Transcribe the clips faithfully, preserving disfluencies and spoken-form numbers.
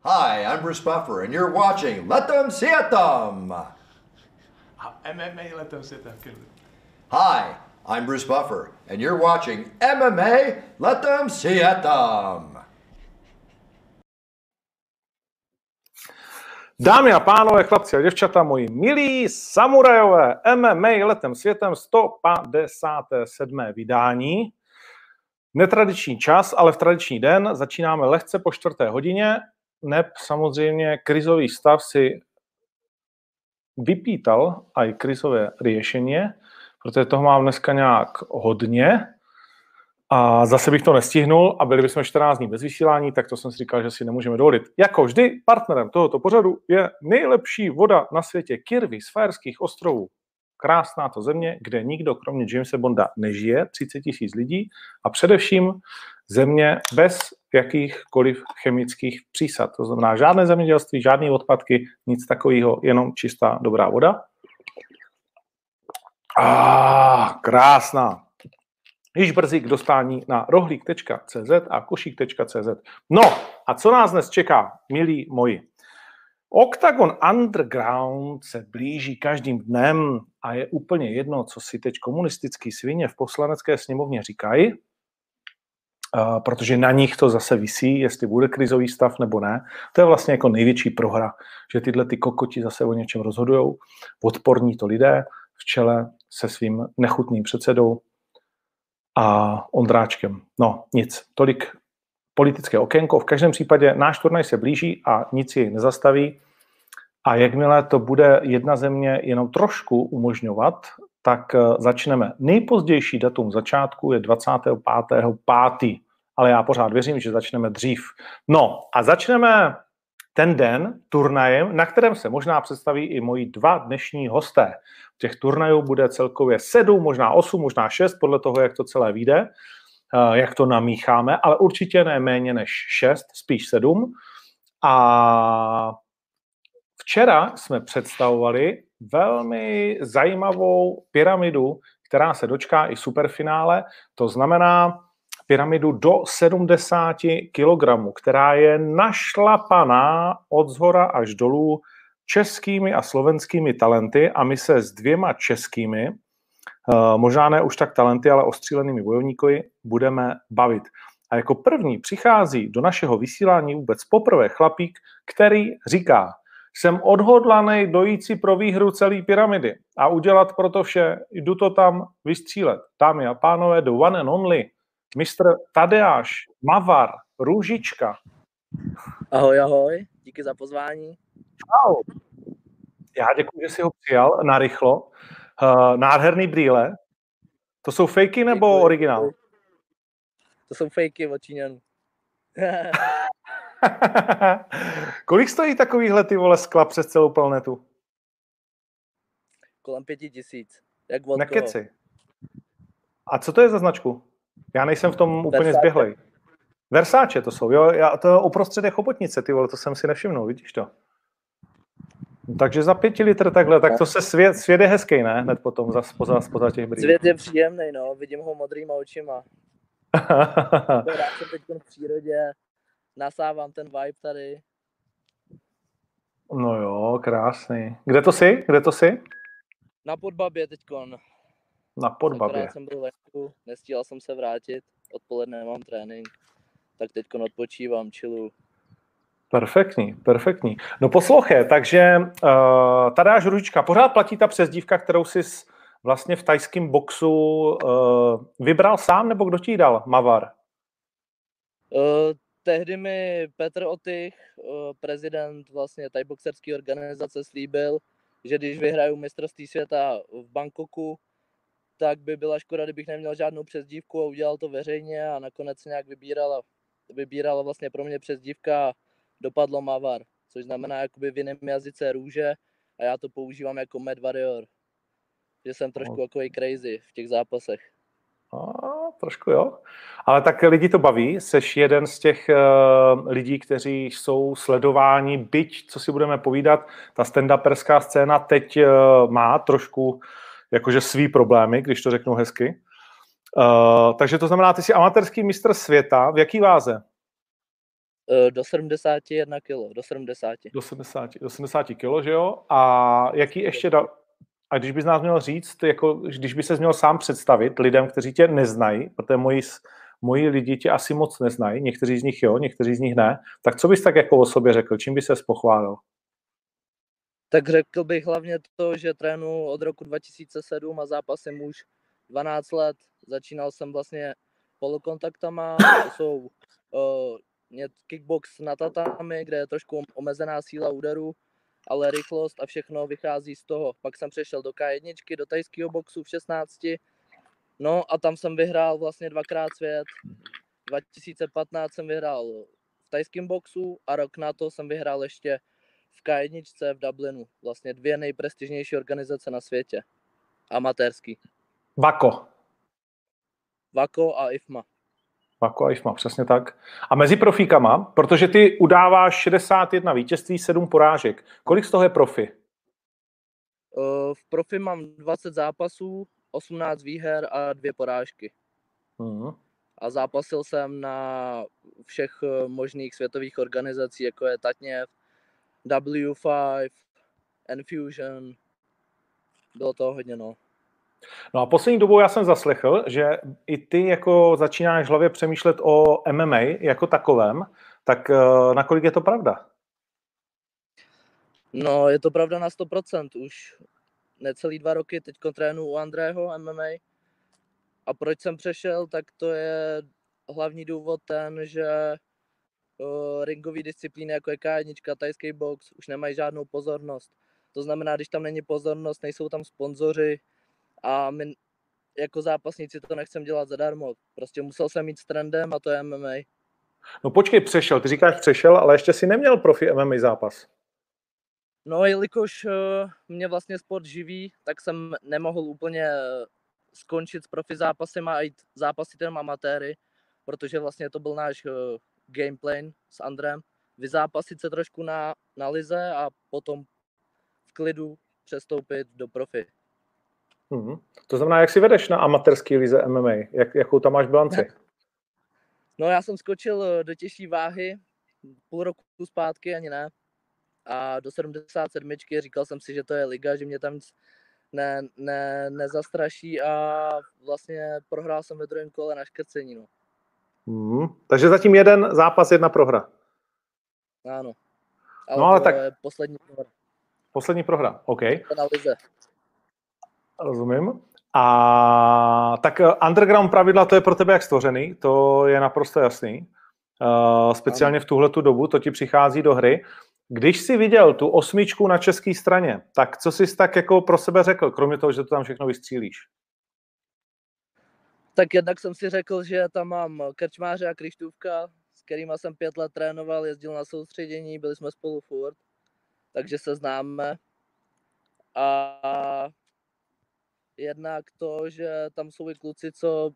Hi, I'm Bruce Buffer, and you're watching Letem Sietem! M M A Letem Sietem, kyllä. Hi, I'm Bruce Buffer, and you're watching M M A Letem Sietem! Dámy a pánové, chlapci a děvčata, moji milí samurajové, M M A Letem světem sto padesát sedm vydání. Netradiční čas, ale v tradiční den začínáme lehce po čtvrté hodině. Neb samozřejmě krizový stav si vypýtal aj krizové řešení, protože toho mám dneska nějak hodně. A zase bych to nestihnul a byli bychom čtrnáct dní bez vysílání, tak to jsem si říkal, že si nemůžeme dovolit. Jako vždy, partnerem tohoto pořadu je nejlepší voda na světě Kirby z Faerských ostrovů. Krásná to země, kde nikdo kromě Jamese Bonda nežije, třicet tisíc lidí a především země bez jakýchkoliv chemických přísad. To znamená žádné zemědělství, žádné odpadky, nic takového, jenom čistá dobrá voda. Ah, krásná. Již brzy k dostání na rohlík tečka cé zet a košík tečka cé zet. No a co nás dnes čeká, milí moji? Octagon Underground se blíží každým dnem a je úplně jedno, co si teď komunistický svině v poslanecké sněmovně říkají, protože na nich to zase visí, jestli bude krizový stav nebo ne. To je vlastně jako největší prohra, že tyhle ty kokoti zase o něčem rozhodujou. Odporní to lidé v čele se svým nechutným předsedou a Ondráčkem. No, nic. Tolik politické okénko. V každém případě náš turnaj se blíží a nic jej nezastaví. A jakmile to bude jedna země jenom trošku umožňovat, tak začneme. Nejpozdější datum začátku je dvacátého pátého pátého Ale já pořád věřím, že začneme dřív. No a začneme ten den turnajem, na kterém se možná představí i moji dva dnešní hosté. Těch turnajů bude celkově sedm, možná osm, možná šest, podle toho, jak to celé vyjde, jak to namícháme, ale určitě ne méně než šest, spíš sedm. A včera jsme představovali velmi zajímavou pyramidu, která se dočká i superfinále, to znamená pyramidu do sedmdesát kilogramů, která je našlapaná od zhora až dolů českými a slovenskými talenty a my se s dvěma českými, možná ne už tak talenty, ale ostřílenými bojovníky, budeme bavit. A jako první přichází do našeho vysílání vůbec poprvé chlapík, který říká: jsem odhodlaný dojít si pro výhru celé pyramidy a udělat proto vše, jdu to tam vystřílet. Dámy a pánové, the one and only, mistr Tadeáš Mavar Růžička. Ahoj, ahoj, díky za pozvání. Čau. Já děkuji, že jsi ho přijal narychlo. Uh, nádherný brýle. To jsou fejky nebo děkuji, originál? Děkuji. To jsou fejky od Číňanů. Kolik stojí takovýhle ty vole skla přes celou planetu? Kolem pěti tisíc. Jak od Nekeci. A co to je za značku? Já nejsem v tom úplně Versace. Zběhlej. Versace to jsou, jo? Já, to uprostřed je chobotnice, ty vole, to jsem si nevšimnul, vidíš to? Takže za pěti litr takhle, tak to se svět, svět je hezký, ne? Hned potom za, spoza, spoza těch brýlí. Svět je příjemný, no, vidím ho modrýma očima. Rád jsem teď v přírodě, nasávám ten vibe tady. No jo, krásný. Kde to jsi? Kde to jsi? Na Podbabě teďkon. Na Podbabě. Akorát jsem byl venku, nestíhal jsem se vrátit, odpoledne mám trénink, tak teďkon odpočívám, chillu. Perfektní, perfektní. No poslouchej, takže uh, Tadeáš Růžička, pořád platí ta přezdívka, kterou jsi vlastně v tajském boxu uh, vybral sám, nebo kdo ti ji dal? Mavar? Uh, tehdy mi Petr Otych, uh, prezident vlastně tajboxerské organizace, slíbil, že když vyhraju mistrovství světa v Bangkoku, tak by byla škoda, kdybych neměl žádnou přezdívku, a udělal to veřejně a nakonec se nějak vybírala, vybírala vlastně pro mě přezdívka, dopadlo Mavar, což znamená jakoby v jiném jazyce růže a já to používám jako Mad Warrior, že jsem trošku no. Jako crazy v těch zápasech. A, trošku jo, ale tak lidi to baví, seš jeden z těch uh, lidí, kteří jsou sledováni, byť, co si budeme povídat, ta stand-uperská scéna teď uh, má trošku jakože svý problémy, když to řeknu hezky. Uh, takže to znamená, ty jsi amatérský mistr světa, v jaký váze? Do sedmdesát jedna kilo, do sedmdesát. Do sedmdesát, do sedmdesát kilo, že jo? A jaký ještě dal... A když bys nás měl říct, jako, když by se měl sám představit lidem, kteří tě neznají, protože moji, moji lidi tě asi moc neznají, někteří z nich jo, někteří z nich ne, tak co bys tak jako o sobě řekl, čím by ses pochválil? Tak řekl bych hlavně to, že trénuji od roku dva tisíce sedm a zápasím už dvanáct let. Začínal jsem vlastně polokontaktama, to jsou uh, kickbox na tatami, kde je trošku omezená síla úderu, ale rychlost a všechno vychází z toho. Pak jsem přešel do ká jedna, do tajského boxu v šestnácti, no a tam jsem vyhrál vlastně dvakrát svět. dva tisíce patnáct jsem vyhrál v tajském boxu a rok na to jsem vyhrál ještě v ká jedna v Dublinu. Vlastně dvě nejprestižnější organizace na světě. Amatérský. Vako. Vako a IFMA. Vako a IFMA, přesně tak. A mezi profíkama, protože ty udáváš šedesát jedna vítězství, sedm porážek. Kolik z toho je profi? V profi mám dvacet zápasů, osmnáct výher a dvě porážky. Uh-huh. A zápasil jsem na všech možných světových organizacích, jako je Tatněv, W pět, Enfusion. Bylo toho hodně, no. No a poslední dobou já jsem zaslechl, že i ty jako začínáš v hlavě přemýšlet o em em á jako takovém, tak uh, nakolik je to pravda? No, je to pravda na sto procent. Už necelý dva roky teď trénuji u Andrého em em á. A proč jsem přešel, tak to je hlavní důvod ten, že uh, ringové disciplíny jako je ká jedna, tajský box už nemají žádnou pozornost. To znamená, když tam není pozornost, nejsou tam sponzoři a my jako zápasníci to nechcem dělat zadarmo. Prostě musel jsem jít s trendem a to je em em á. No počkej, přešel. Ty říkáš přešel, ale ještě si neměl profi em em á zápas. No, jelikož uh, mě vlastně sport živí, tak jsem nemohl úplně skončit s profi zápasem a jít zápasit jenom amatéry, protože vlastně to byl náš uh, gameplay s Andrem. Vyzápasit se trošku na, na lize a potom v klidu přestoupit do profi. Mm-hmm. To znamená, jak si vedeš na amatérské lize em em á? Jak, jakou tam máš bilanci? No, já jsem skočil do těžší váhy, půl roku zpátky, ani ne. A do sedmdesát sedm říkal jsem si, že to je liga, že mě tam nic ne, ne, nezastraší a vlastně prohrál jsem ve druhém kole na škrcení. No. Mm, takže zatím jeden zápas, jedna prohra. Ano. Ale, no, ale to tak je poslední prohra. Poslední prohra, OK. Na lize. Rozumím. A tak underground pravidla, to je pro tebe jak stvořený, to je naprosto jasný. Uh, speciálně ano. V tuhletu dobu, to ti přichází do hry. Když jsi viděl tu osmičku na české straně, tak co jsi tak jako pro sebe řekl, kromě toho, že to tam všechno vystřílíš? Tak jednak jsem si řekl, že tam mám Krčmáře a Krištůvka, s kterýma jsem pět let trénoval, jezdil na soustředění, byli jsme spolu furt, takže se známe. A jednak to, že tam jsou i kluci, co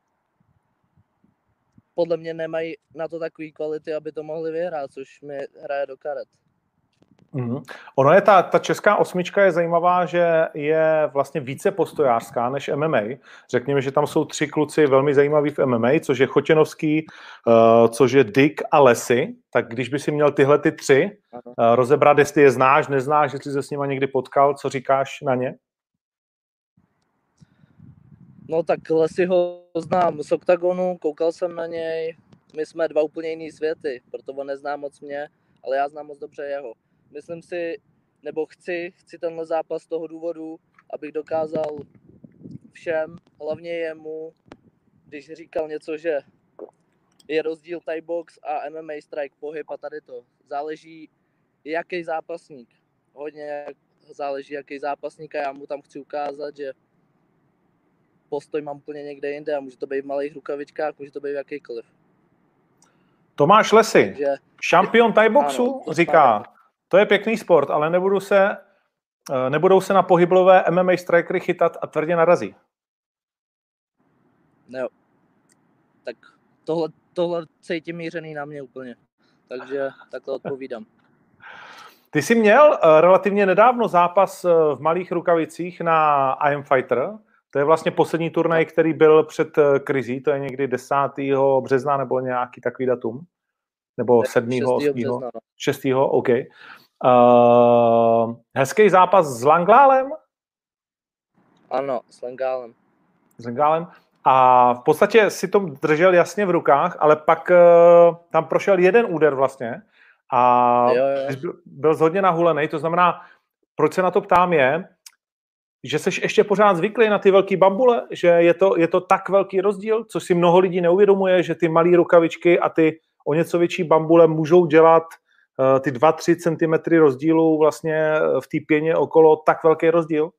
podle mě nemají na to takový kvality, aby to mohli vyhrát, což mi hraje do karet. Mm-hmm. Ono je ta, ta česká osmička je zajímavá, že je vlastně více postojářská než em em á. Řekněme, že tam jsou tři kluci velmi zajímaví v em em á, což je Chotěnovský, uh, což je Dick a Lesy. Tak když by si měl tyhle ty tři uh, rozebrat, jestli je znáš, neznáš, jestli se s nima někdy potkal, co říkáš na ně? No tak Lesyho znám z Oktagonu, koukal jsem na něj. My jsme dva úplně jiný světy, proto on nezná moc mě, ale já znám moc dobře jeho. Myslím si, nebo chci, chci tenhle zápas z toho důvodu, abych dokázal všem, hlavně jemu, když říkal něco, že je rozdíl Thai box a em em á strike, pohyb a tady to. Záleží, jaký zápasník. Hodně záleží, jaký zápasník a já mu tam chci ukázat, že postoj mám úplně někde jinde a může to být v malých rukavičkách, může to být v jakýkoliv. Tomáš Lesy, Takže, šampion Thai boxu, ano, říká, to je pěkný sport, ale nebudu se, nebudou se na pohyblové em em á strikery chytat a tvrdě narazí. Jo. Tak tohle, tohle cítím mířený na mě úplně. Takže takhle odpovídám. Ty jsi měl uh, relativně nedávno zápas uh, v malých rukavicích na I Am Fighter. To je vlastně poslední turnaj, který byl před uh, krizí. To je někdy desátého března nebo nějaký takový datum. Nebo sedmého, šestého osmého března. šestého OK. Uh, hezký zápas s Langlálem? Ano, s Langálem. S Langálem. A v podstatě si to držel jasně v rukách, ale pak uh, tam prošel jeden úder vlastně a Jo, jo. byl, byl hodně nahulený. To znamená, proč se na to ptám je, že jsi ještě pořád zvyklý na ty velký bambule, že je to, je to tak velký rozdíl, což si mnoho lidí neuvědomuje, že ty malé rukavičky a ty o něco větší bambule můžou dělat uh, ty dva tři centimetry rozdílu vlastně v té pěně okolo tak velký rozdíl?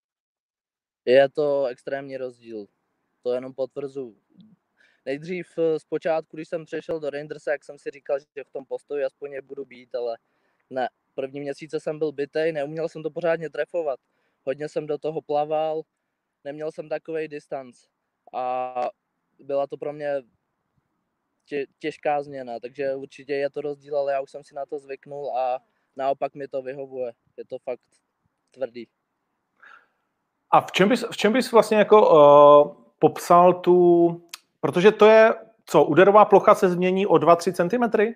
Je to extrémní rozdíl. To jenom potvrzuji. Nejdřív zpočátku, když jsem přešel do Rangersa, jak jsem si říkal, že v tom postoji aspoň budu být, ale ne. První měsíce jsem byl bitej, neuměl jsem to pořádně trefovat. Hodně jsem do toho plaval, neměl jsem takovej distanc a byla to pro mě tě, těžká změna, takže určitě je to rozdíl, ale já už jsem si na to zvyknul a naopak mi to vyhovuje. Je to fakt tvrdý. A v čem bys, v čem bys vlastně jako uh, popsal tu, protože to je, co, úderová plocha se změní o dva tři centimetry?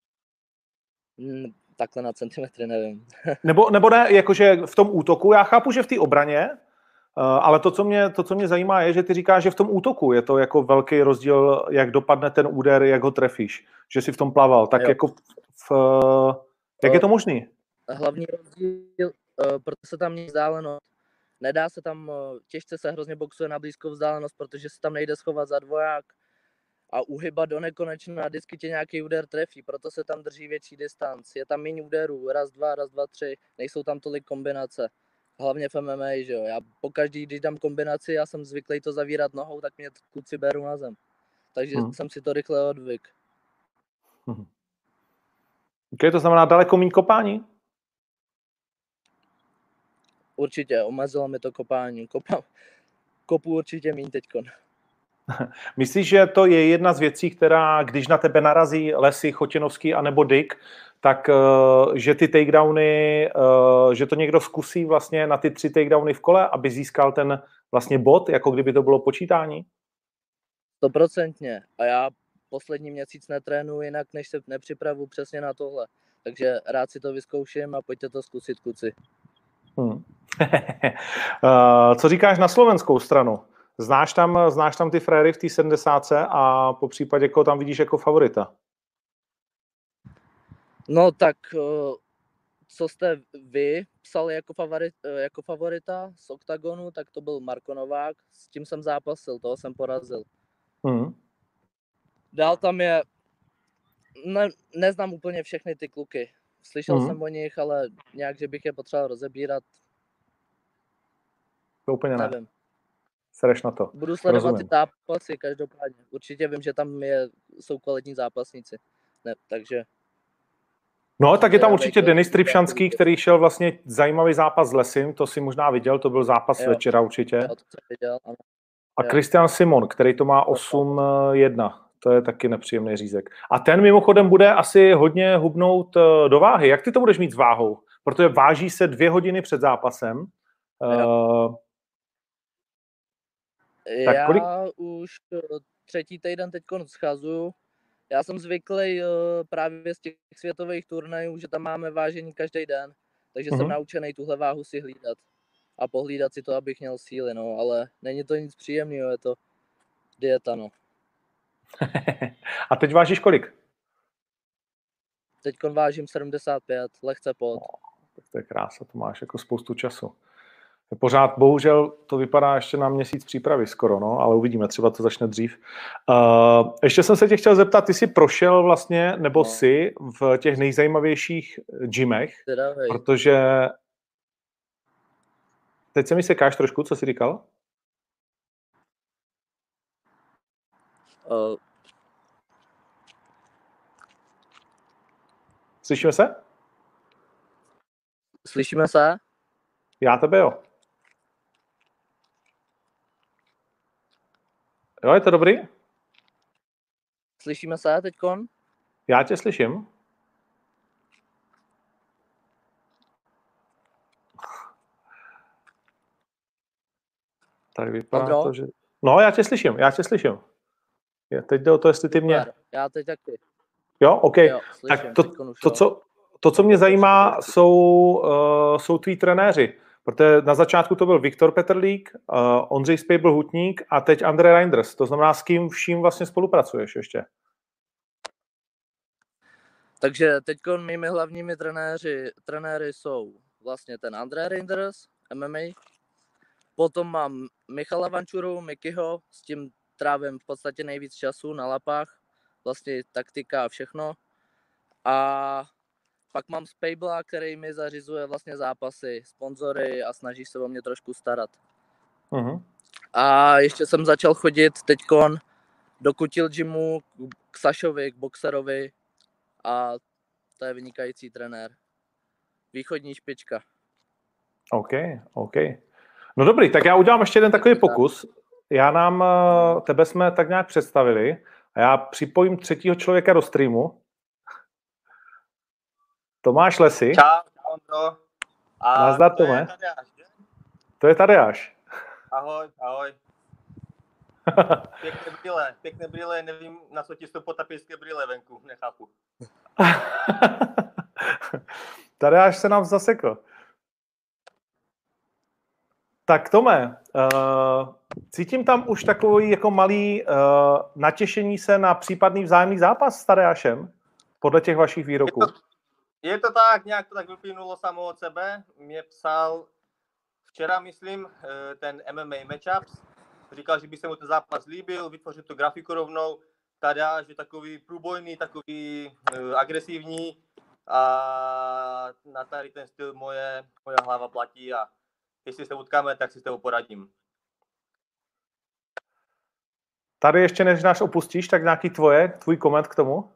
Hmm, takhle na centimetry, nevím. nebo, nebo ne, jakože v tom útoku, já chápu, že v té obraně, uh, ale to co, mě, to, co mě zajímá, je, že ty říkáš, že v tom útoku je to jako velký rozdíl, jak dopadne ten úder, jak ho trefíš, že jsi v tom plaval, tak jo. jako v, uh, jak je to možný? Hlavní rozdíl, uh, proto se tam není vzdálenost. Nedá se tam, těžce se hrozně boxuje na blízkou vzdálenost, protože se tam nejde schovat za dvoják a uhybat do nekonečna a vždycky tě nějaký úder trefí, proto se tam drží větší distanc. Je tam méně úderů, raz, dva, raz, dva, tři, nejsou tam tolik kombinace. Hlavně v M M A, že jo. Já pokaždý, když dám kombinaci, já jsem zvyklý to zavírat nohou, tak mě kluci berou na zem. Takže hmm. jsem si to rychle odvyk. Hmm. Okay, to znamená daleko méně kopání? Určitě, omezilo mi to kopání. Kopa, kopu určitě míň teďkon. Myslíš, že to je jedna z věcí, která, když na tebe narazí Lesy, Chotinovský anebo Dick, tak uh, že ty takedowny, uh, že to někdo zkusí vlastně na ty tři takedowny v kole, aby získal ten vlastně bod, jako kdyby to bylo počítání? Stoprocentně. A já poslední měsíc netrénuji jinak, než se nepřipravu přesně na tohle. Takže rád si to vyzkouším a pojďte to zkusit, kluci. Hmm. uh, co říkáš na slovenskou stranu? Znáš tam, znáš tam ty fréry v té sedmdesátce a po případě koho tam vidíš jako favorita? No tak, co jste vy psali jako, favorit, jako favorita z Oktagonu, tak to byl Marko Novák. S tím jsem zápasil, toho jsem porazil. Hmm. Dál tam je, ne, neznám úplně všechny ty kluky. Slyšel hmm. jsem o nich, ale nějak, že bych je potřeboval rozebírat. To úplně ne. Nevím. Sereš na to. Budu sledovat Rozumím. ty zápasy každopádně. Určitě vím, že tam je, jsou kvalitní zápasníci. Ne, takže... No, tak je tam určitě Denis Tripšanský, který šel vlastně zajímavý zápas s Lesim, to si možná viděl, to byl zápas jo. večera určitě. Jo, to jsem viděl, ano. A Christian Simon, který to má osm jedna, to je taky nepříjemný řízek. A ten mimochodem bude asi hodně hubnout do váhy. Jak ty to budeš mít s váhou? Protože váží se dvě hodiny před zápasem. Uh, tak Já kolik? už třetí týden teď schazuju. Já jsem zvyklý uh, právě z těch světových turnajů, že tam máme vážení každý den, takže mm-hmm. jsem naučený tuhle váhu si hlídat a pohlídat si to, abych měl síly, no, ale není to nic příjemného, je to dieta, no. A teď vážíš kolik? Teď vážím sedmdesát pět, lehce pod. No, tak to je krása, to máš jako spoustu času. Pořád, bohužel, to vypadá ještě na měsíc přípravy skoro, no, ale uvidíme, třeba to začne dřív. Uh, ještě jsem se tě chtěl zeptat, ty jsi prošel vlastně, nebo no. jsi v těch nejzajímavějších gymech, teda, protože teď se mi sekáš trošku, co jsi říkal? Uh. Slyšíme se? Slyšíme se? Já tebe jo. Jo, je to dobrý? Slyšíme se teďkon? Já tě slyším. Tak vypadá Ondro? to, že... No, já tě slyším, já tě slyším. Já teď jde o to, jestli ty mě... Já teď taky. Jo, OK. Jo, Tak slyším, to, teďkon už to, jo. co, to, co mě zajímá, jsou, uh, jsou tví trenéři. Protože na začátku to byl Viktor Petrlík, uh, Ondřej Spejbl Hutník a teď Andrej Reinders. To znamená, s kým vším vlastně spolupracuješ ještě? Takže teď mými hlavními trenéři, trenéry jsou vlastně ten Andrej Reinders, M M A. Potom mám Michala Vančuru, Mikyho, s tím trávím v podstatě nejvíc času na lapách. Vlastně taktika a všechno. A pak mám Spejbla, který mi zařizuje vlastně zápasy, sponzory a snaží se o mě trošku starat. Uh-huh. A ještě jsem začal chodit teďkon do Kutil Gymu k Sašovi, k boxerovi a to je vynikající trenér. Východní špička. OK, OK. No dobrý, tak já udělám ještě jeden takový pokus. Já nám, tebe jsme tak nějak představili a já připojím třetího člověka do streamu. Tomáš Lesy. Čau, čau, Ondro. A Nazdar, to Tome. je Tadeáš, že? To je Tadeáš. Ahoj, ahoj. Pěkné brýle, pěkné brýle, nevím, na co ti jsou potapějské brýle venku, nechápu. Tadeáš se nám zasekl. Tak Tome, uh, cítím tam už takový jako malý uh, natěšení se na případný vzájemný zápas s Tadeášem, podle těch vašich výroků. Je to, je to tak, nějak to tak vyplynulo samo od sebe. Mě psal včera, myslím, ten M M A matchups. Říkal, že by se mu ten zápas líbil, vytvořil tu grafiku rovnou. Tadeáš je takový průbojný, takový uh, agresivní a na tady ten styl moje, moje hlava platí a jestli se utkáme, tak si s tebou poradím. Tady ještě než nás opustíš, tak nějaký tvoje, tvůj koment k tomu?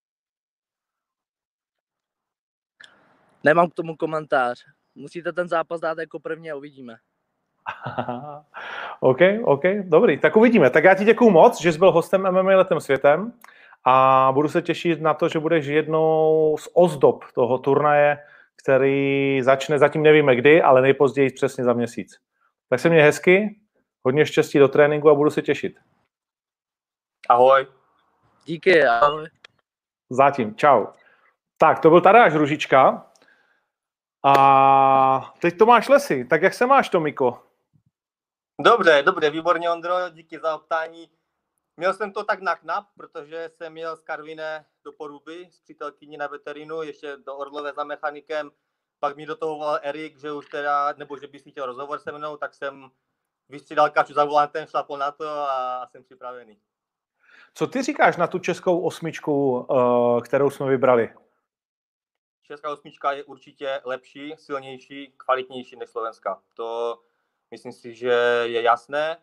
Nemám k tomu komentář. Musíte ten zápas dát jako první a uvidíme. OK, OK, dobrý, tak uvidíme. Tak já ti děkuju moc, že jsi byl hostem M M A letem světem a budu se těšit na to, že budeš jednou z ozdob toho turnaje, který začne, zatím nevíme kdy, ale nejpozději přesně za měsíc. Tak se mě hezky, hodně štěstí do tréninku a budu se těšit. Ahoj. Díky, ahoj. Zatím, čau. Tak, to byl Tadeáš Růžička. A teď Tomáš Lesy. Tak jak se máš, Tomiko? Dobře, dobře, výborně, Ondro, díky za optání. Měl jsem to tak na knap, protože jsem jel z Karviné do Poruby s přítelkyní na veterinu, ještě do Orlové za mechanikem. Pak mi do toho volal Erik, že už teda, nebo že by si chtěl rozhovor se mnou, tak jsem vystřídal kaču za volantem, šlapol na to a jsem připravený. Co ty říkáš na tu českou osmičku, kterou jsme vybrali? Česká osmička je určitě lepší, silnější, kvalitnější než slovenská. To myslím si, že je jasné.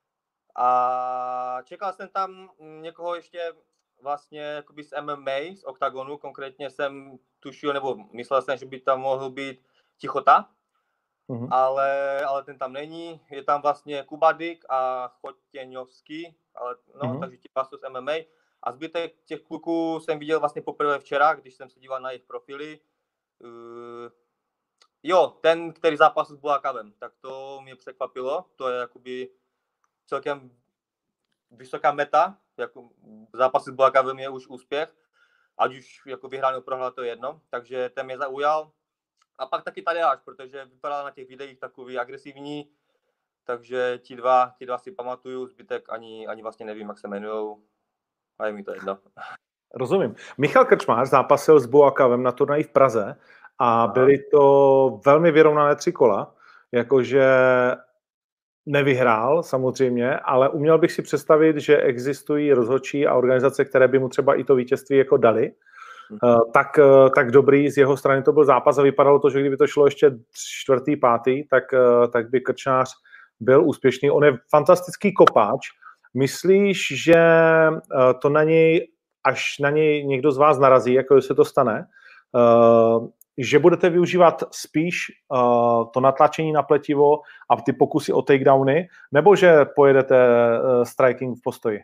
A čekal jsem tam někoho ještě vlastně jakoby z M M A, z Oktagonu. Konkrétně jsem tušil, nebo myslel jsem, že by tam mohl být Tichota, mm-hmm. ale, ale ten tam není. Je tam vlastně Kubadik a Chotěňovský, ale no, mm-hmm. takže ti dva jsou z M M A. A zbytek těch kluků jsem viděl vlastně poprvé včera, když jsem se díval na jejich profily. Uh, jo, ten, který zápasil s Bulakavem, tak to mě překvapilo. To je jakoby celkem vysoká meta. Jako zápasy s Bulakavem je už úspěch. Ať už jako vyhrál nebo prohrál, to je jedno. Takže ten mě zaujal. A pak taky Tadeáš, protože vypadal na těch videích takový agresivní. Takže ti dva, ti dva si pamatuju, zbytek ani, ani vlastně nevím, jak se jmenujou. A je mi to jedno. Rozumím. Michal Krčmář zápasil s Bulakavem na turnaji v Praze a byly to velmi vyrovnané tři kola, jakože nevyhrál samozřejmě, ale uměl bych si představit, že existují rozhodčí a organizace, které by mu třeba i to vítězství jako dali. Hmm. Tak, tak dobrý z jeho strany to byl zápas a vypadalo to, že kdyby to šlo ještě čtvrtý, pátý, tak, tak by Krčmář byl úspěšný. On je fantastický kopáč. Myslíš, že to na něj, až na něj někdo z vás narazí, jako se to stane, že budete využívat spíš to natlačení na pletivo a ty pokusy o takedowny, nebo že pojedete striking v postoji?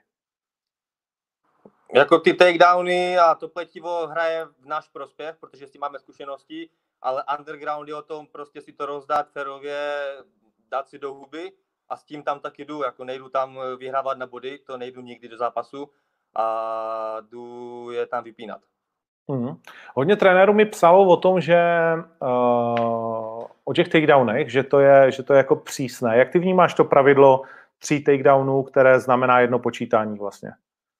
Jako ty takedowny a to pletivo hraje v náš prospěch, protože s tím máme zkušenosti, ale underground je o tom prostě si to rozdát férově, dát si do huby. A s tím tam taky jdu, jako nejdu tam vyhrávat na body, to nejdu nikdy do zápasu, a jdu je tam vypínat. Mm. Hodně trenérů mi psalo o tom, že uh, o těch takedownech, že to je, že to je jako přísné. Jak ty vnímáš to pravidlo tří takedownů, které znamená jedno počítání vlastně?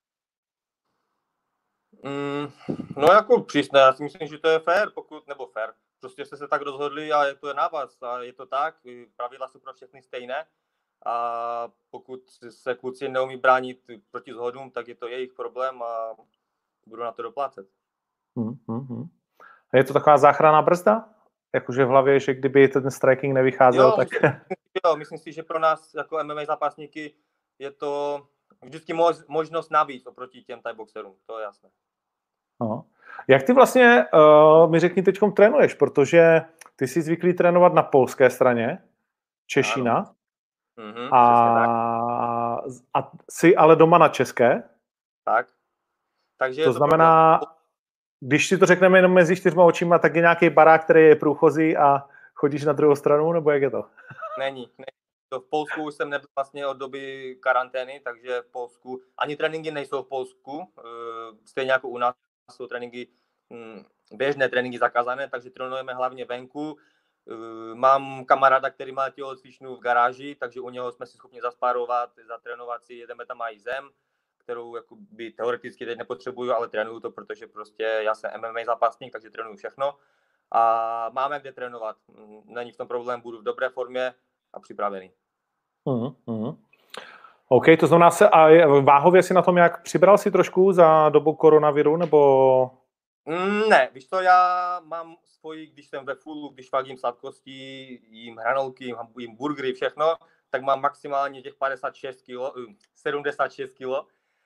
Mm, no jako přísné, já si myslím, že to je fair, pokud, nebo fair. Prostě jste se tak rozhodli a je to je na vás a je to tak, pravidla jsou pro všechny stejné a pokud se kluci neumí bránit proti shodům, tak je to jejich problém a budu na to doplácet. Hmm, hmm, hmm. Je to taková záchranná brzda? Jakože v hlavě, že kdyby ten striking nevycházel, jo, tak... Myslím, jo, myslím si, že pro nás jako M M A zápasníky je to vždycky mož, možnost navíc oproti těm Thai boxerům, to je jasné. No. Jak ty vlastně, uh, mi řekni, teďkom trénuješ, protože ty jsi zvyklý trénovat na polské straně, Češina, Mhm, a, a jsi ale doma na české. Tak. Takže to znamená, to... když si to řekneme jenom mezi čtyřma očima, tak je nějaký barák, který je průchozí a chodíš na druhou stranu, nebo jak je to? Není, není. To v Polsku už jsem nebyl vlastně od doby karantény, takže v Polsku ani tréninky nejsou v Polsku, stejně jako u nás jsou tréninky, běžné tréninky zakázané, takže trénujeme hlavně venku. Mám kamaráda, který má tělocvičnu v garáži, takže u něho jsme si schopni zaspárovat, zatrénovat si, jedeme tam i zem, kterou jakoby teoreticky teď nepotřebuju, ale trénuju to, protože prostě já jsem M M A zápasník, takže trénuju všechno. A máme kde trénovat. Není v tom problém, budu v dobré formě a připravený. Mm, mm. OK, to znamená se, a váhově si na tom jak přibral si trošku za dobu koronaviru, nebo... Mm, ne, víš to, já mám svoji, když jsem ve fullu, když fakt jím sladkosti, jím hranolky, jím burgery, všechno, tak mám maximálně těch padesát šest kilo, sedmdesát šest kilo.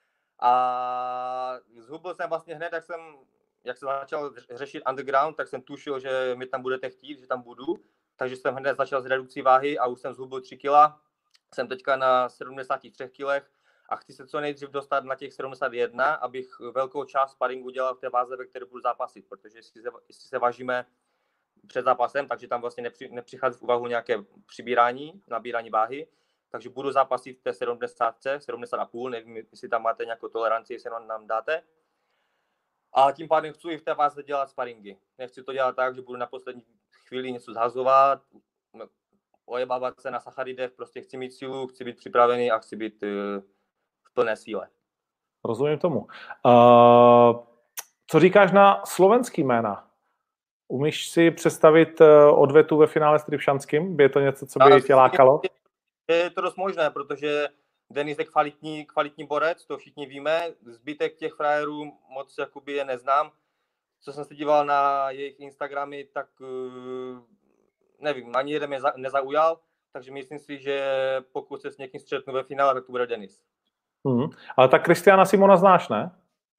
A zhubil jsem vlastně hned, jak jsem, jak jsem začal řešit underground, tak jsem tušil, že mi tam budete chtít, že tam budu. Takže jsem hned začal s redukcí váhy a už jsem zhubil tři kila. Jsem teďka na sedmdesáti třech kilech a chci se co nejdřív dostat na těch sedmdesát jedna, abych velkou část sparingu dělal v té váze, ve které budu zápasit. Protože jestli se, jestli se vážíme před zápasem, takže tam vlastně nepři, nepřichází v úvahu nějaké přibírání, nabírání váhy. Takže budu zápasit v té sedmdesát, sedmdesát a půl, nevím, jestli tam máte nějakou toleranci, jestli nám dáte. A tím pádem chci i v té váze dělat sparingy. Nechci to dělat tak, že budu na poslední chvíli něco zhazovat, ojebávat se na sacharidech, prostě chci mít sílu, chci být připravený a chci být uh, v plné síle. Rozumím tomu. Uh, co říkáš na slovenský jména? Umíš si představit uh, odvetu ve finále s Tripšanským? Je to něco, co by tě lákalo? Je to dost možné, protože Denis je kvalitní, kvalitní borec, to všichni víme. Zbytek těch frajerů moc jakoby je neznám. Co jsem se díval na jejich Instagramy, tak uh, nevím, ani jeden mě nezaujal, takže myslím si, že pokud se s někým střetnu ve finále, tak to bude Denis. Hmm. Ale tak Kristiana Simona znáš, ne?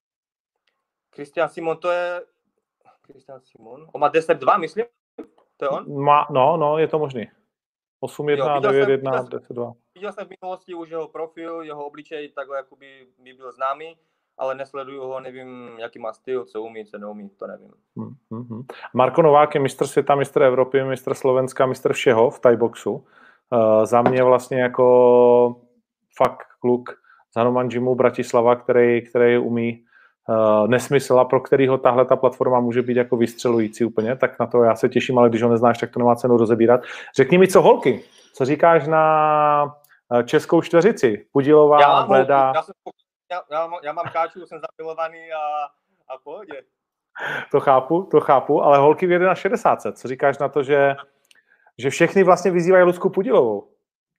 Kristian Simon, to je... Kristian Simon? On má deset dva, myslím? To je on? Má, no, no, je to možný. osm jedna, devět jedna, deset dva. Viděl jsem v minulosti už jeho profil, jeho obličej, takhle jakoby mi byl známý, ale nesleduju ho, nevím, jaký má styl, co umí, co neumí, to nevím. Hmm, hmm. Marko Novák je mistr světa, mistr Evropy, mistr Slovenska, mistr všeho v Thai boxu. Uh, za mě vlastně jako fakt kluk z Hanuman Gymu Bratislava, který, který umí uh, nesmysl a pro kterýho tahle ta platforma může být jako vystřelující úplně, tak na to já se těším, ale když ho neznáš, tak to nemá cenu rozebírat. Řekni mi, co holky, co říkáš na českou čtveřici? Pudilová, já mám, Bleda... Já, jsem, já, já, já mám Káču, jsem zamilovaný a, a v pohodě. To chápu, to chápu, ale holky v šedesát jedna. Co říkáš na to, že, že všechny vlastně vyzývají Lucku Pudilovou?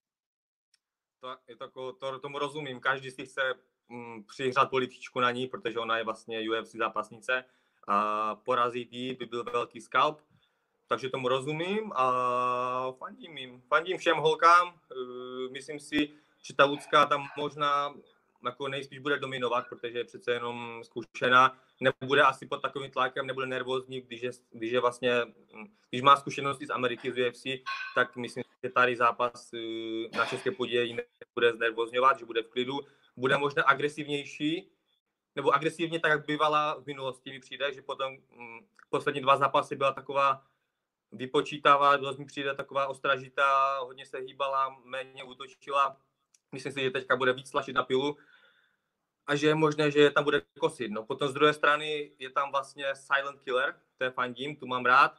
To, je to, to, tomu rozumím. Každý si chce mm, přihřát političku na ní, protože ona je vlastně U F C zápasnice a porazit jí by byl velký skalp. Takže tomu rozumím a fandím jim. Fandím všem holkám. Myslím si, že ta Lucka tam možná jako nejspíš bude dominovat, protože je přece jenom zkušená. Nebude asi pod takovým tlakem, nebude nervózní, když je, když je vlastně, když má zkušenosti z Ameriky, z U F C, tak myslím, že tady zápas na české půdě ji nebude znervózňovat, že bude v klidu. Bude možná agresivnější, nebo agresivně tak, jak bývala v minulosti, mi přijde, že potom poslední dva zápasy byla taková vypočítává, dost mi přijde taková ostražitá, hodně se hýbala, méně útočila. Myslím si, že teďka bude víc tlačit na pilu. a že je možné, že tam bude kosit. No potom z druhé strany je tam vlastně Silent Killer, to je fandím, tu mám rád.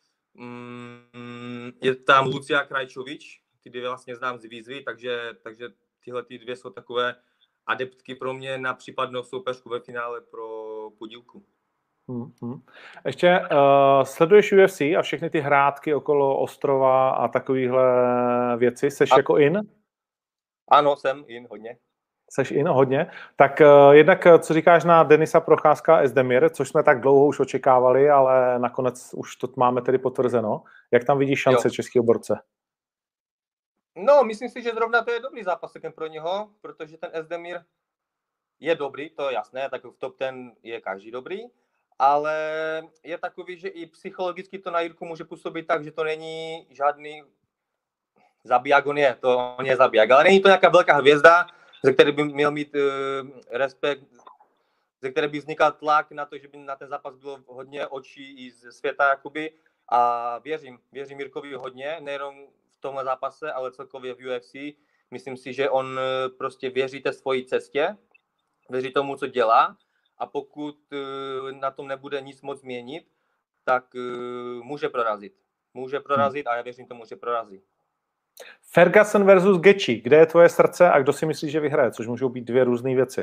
Mm, je tam Lucia Krajčovič, ty dvě vlastně znám z výzvy, takže, takže tyhle ty dvě jsou takové adeptky pro mě na případnou soupeřku ve finále pro podílku. Hmm, hmm. Ještě uh, sleduješ U F C a všechny ty hrátky okolo ostrova a takovýhle věci? Seš a... jako in? Ano, jsem in hodně. Seš in hodně. Tak uh, jednak, co říkáš na Denisa Procházka a Esdemir, což jsme tak dlouho už očekávali, ale nakonec už to máme tedy potvrzeno. Jak tam vidíš šance českého borce? No, myslím si, že zrovna to je dobrý zápas pro něho, protože ten Esdemir je dobrý, to je jasné, tak v top ten je každý dobrý, ale je takový, že i psychologicky to na Jirku může působit tak, že to není žádný zabiják, on je, to on je zabiják, ale není to nějaká velká hvězda, ze které by měl mít uh, respekt, ze které by vznikal tlak na to, že by na ten zápas bylo hodně očí i ze světa, jakoby, a věřím, věřím Jirkovi hodně, nejenom v tomhle zápase, ale celkově v U F C. Myslím si, že on prostě věří té svojí cestě, věří tomu, co dělá, a pokud uh, na tom nebude nic moc měnit, tak uh, může prorazit. Může prorazit a já věřím tomu, že prorazí. Ferguson versus Gaethje. Kde je tvoje srdce a kdo si myslí, že vyhraje? Což můžou být dvě různé věci.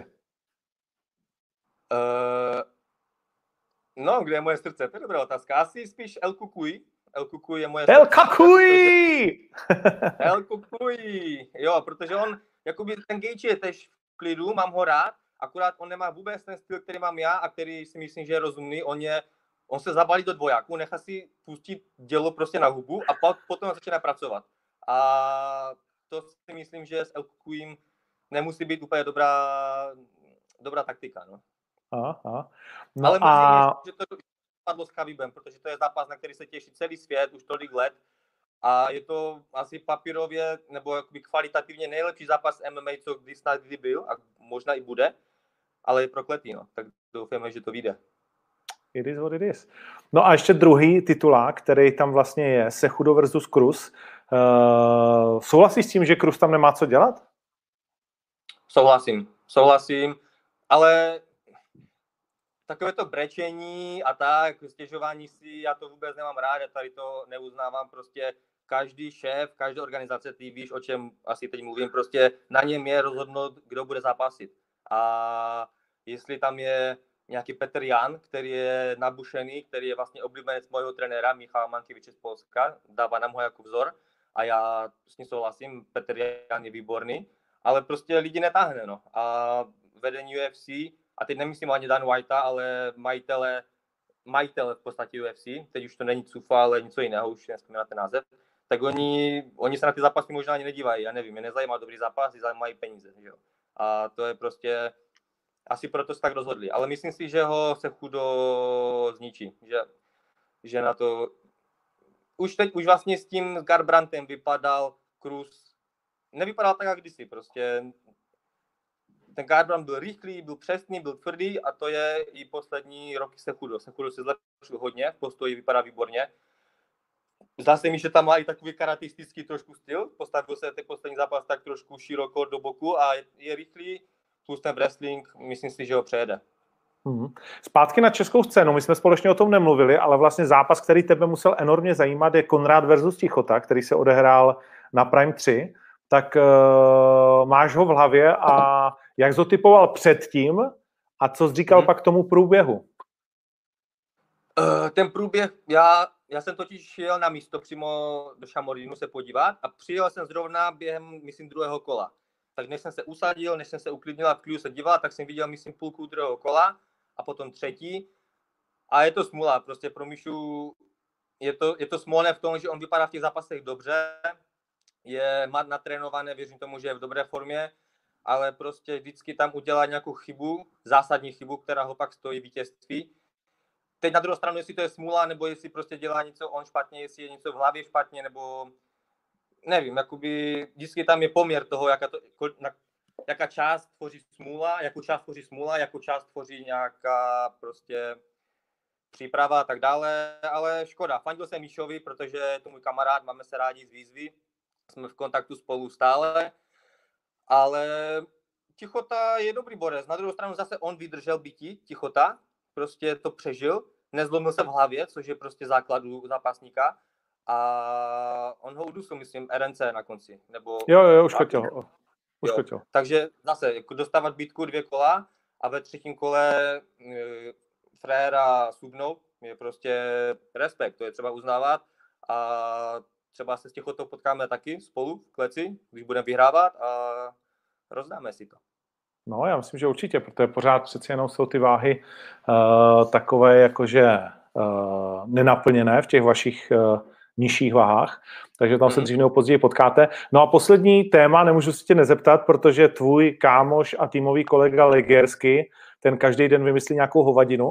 Uh, no, kde je moje srdce? To je dobrá otázka. Asi spíš El Cucuy. El Cucuy je moje El Cucuy! El Cucuy! Jo, protože on, jakoby ten Gaethje je tež v klidu, mám ho rád, akurát on nemá vůbec ten styl, který mám já a který si myslím, že je rozumný. On je, on se zabalí do dvojáku, nechá si pustit dělo prostě na hubu a potom začne pracovat. A to si myslím, že s El Cucuyem nemusí být úplně dobrá, dobrá taktika, no. Aha, aha. No ale a... myslím, že to padlo s Khabibem, protože to je zápas, na který se těší celý svět už tolik let a je to asi papírově nebo jakoby kvalitativně nejlepší zápas M M A, co kdy snad kdy byl a možná i bude, ale je prokletý, no. Tak doufáme, že to vyjde. It is what it is. No a ještě druhý titulák, který tam vlastně je, Cejudo versus Cruz. Uh, souhlasíš s tím, že Cruz tam nemá co dělat? Souhlasím, souhlasím, ale takové to brečení a tak, stěžování si, já to vůbec nemám rád, já tady to neuznávám, prostě každý šéf, každá organizace, ty víš, o čem asi teď mluvím, prostě na něm je rozhodnout, kdo bude zápasit. A jestli tam je nějaký Petr Jan, který je nabušený, který je vlastně oblíbenec mojho trenéra Michala Mankiewicza z Polska, dává nám ho jako vzor a já s ním souhlasím, Petr Jan je výborný, ale prostě lidi netáhne, no. A vedení U F C, a teď nemyslím ani Dan Whitea, ale majitele, majitele v podstatě U F C, teď už to není Cufa, ale něco jiného, už nevzpomínám na ten název, tak oni, oni se na ty zápasy možná ani nedívají, já nevím, je nezajímá dobrý zápas, je zajímají peníze, že jo. A to je prostě, asi proto se tak rozhodli, ale myslím si, že ho Cejudo zničí, že, že na to, už teď, už vlastně s tím Garbrantem vypadal Cruz, nevypadal tak, jak kdysi, prostě ten Garbrandt byl rychlý, byl přesný, byl tvrdý a to je i poslední roky Cejudo. Cejudo se zlepšil hodně, v postoji vypadá výborně. Zdá se mi, že tam má i takový karatistický trošku styl, postavil se ten poslední zápas tak trošku široko do boku a je, je rychlý, plus ten wrestling, myslím si, že ho přejede. Hmm. Zpátky na českou scénu, my jsme společně o tom nemluvili, ale vlastně zápas, který tebe musel enormně zajímat, je Konrád versus Tichota, který se odehrál na Prime tři. Tak uh, máš ho v hlavě a jak jsi ho typoval předtím a co jsi říkal hmm. pak k tomu průběhu? Uh, ten průběh, já, já jsem totiž jel na místo přímo do Šamorínu se podívat a přijel jsem zrovna během, myslím, druhého kola. Tak než jsem se usadil, než jsem se uklidnil a v klidu se díval, tak jsem viděl, myslím, půlku druhého kola a potom třetí. A je to smůla, prostě pro Míšu je to, je to smolné v tom, že on vypadá v těch zápasech dobře, je natrénované, věřím tomu, že je v dobré formě, ale prostě vždycky tam udělá nějakou chybu, zásadní chybu, která ho pak stojí vítězství. Teď na druhou stranu, jestli to je smůla, nebo jestli prostě dělá něco on špatně, jestli je něco v hlavě špatně, nebo nevím, jakoby vždycky tam je poměr toho, jaká, to, jaká část tvoří smůla, jakou část tvoří smůla, jakou část tvoří nějaká prostě příprava a tak dále, ale škoda. Fandil jsem Míšovi, protože je to můj kamarád, máme se rádi z výzvy, jsme v kontaktu spolu stále, ale Tichota je dobrý borec. Na druhou stranu zase on vydržel bytí, Tichota, prostě to přežil, nezlomil se v hlavě, což je prostě základ u zápasníka. A on ho udusil, myslím, R N C na konci. Nebo... Jo, jo, už chtěl. Už jo. chtěl. Takže zase, jako dostávat bitku dvě kola a ve třetím kole e, fréra subnout je prostě respekt, to je třeba uznávat. A třeba se s Tichotou potkáme taky spolu v kleci, když budeme vyhrávat a rozdáme si to. No, já myslím, že určitě, protože pořád přeci jenom jsou ty váhy uh, takové jakože uh, nenaplněné v těch vašich uh, nižších váhách, takže tam se dřív nebo později potkáte. No a poslední téma, nemůžu se tě nezeptat, protože tvůj kámoš a týmový kolega Legersky, ten každý den vymyslí nějakou hovadinu.